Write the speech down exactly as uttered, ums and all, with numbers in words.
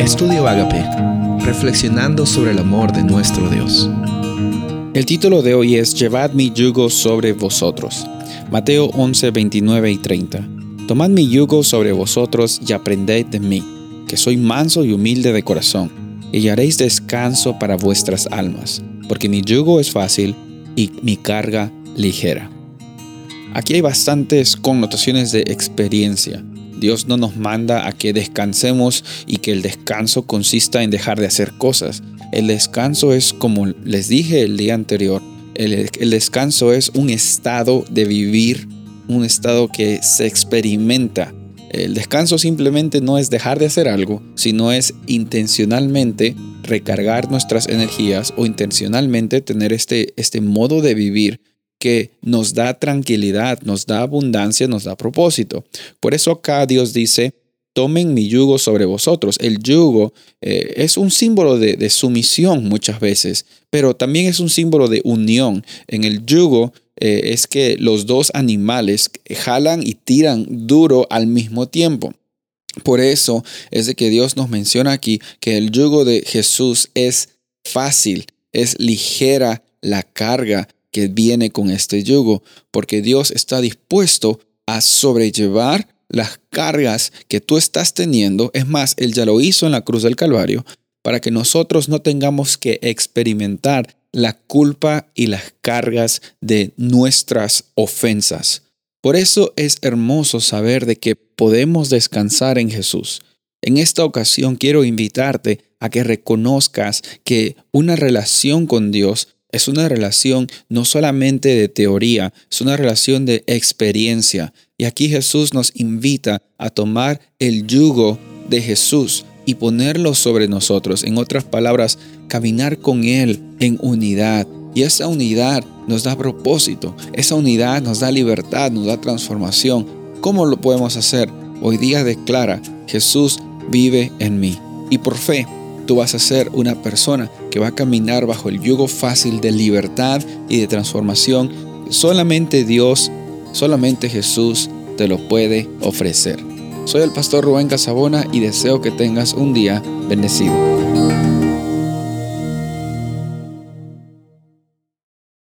Estudio Ágape, reflexionando sobre el amor de nuestro Dios. El título de hoy es Llevad mi yugo sobre vosotros. Mateo once, veintinueve y treinta. Tomad mi yugo sobre vosotros y aprended de mí, que soy manso y humilde de corazón, y haréis descanso para vuestras almas, porque mi yugo es fácil y mi carga ligera. Aquí hay bastantes connotaciones de experiencia. Dios no nos manda a que descansemos y que el descanso consista en dejar de hacer cosas. El descanso es, como les dije el día anterior, el, el descanso es un estado de vivir, un estado que se experimenta. El descanso simplemente no es dejar de hacer algo, sino es intencionalmente recargar nuestras energías o intencionalmente tener este, este modo de vivir que nos da tranquilidad, nos da abundancia, nos da propósito. Por eso acá Dios dice, tomen mi yugo sobre vosotros. El yugo eh, es un símbolo de, de sumisión muchas veces, pero también es un símbolo de unión. En el yugo eh, es que los dos animales jalan y tiran duro al mismo tiempo. Por eso es de que Dios nos menciona aquí que el yugo de Jesús es fácil, es ligera la carga que viene con este yugo, porque Dios está dispuesto a sobrellevar las cargas que tú estás teniendo. Es más, Él ya lo hizo en la cruz del Calvario, para que nosotros no tengamos que experimentar la culpa y las cargas de nuestras ofensas. Por eso es hermoso saber de que podemos descansar en Jesús. En esta ocasión quiero invitarte a que reconozcas que una relación con Dios es una relación no solamente de teoría, es una relación de experiencia. Y aquí Jesús nos invita a tomar el yugo de Jesús y ponerlo sobre nosotros. En otras palabras, caminar con Él en unidad. Y esa unidad nos da propósito, esa unidad nos da libertad, nos da transformación. ¿Cómo lo podemos hacer? Hoy día declara, Jesús vive en mí. Y por fe, tú vas a ser una persona que va a caminar bajo el yugo fácil de libertad y de transformación. Solamente Dios, solamente Jesús te lo puede ofrecer. Soy el pastor Rubén Casabona y deseo que tengas un día bendecido.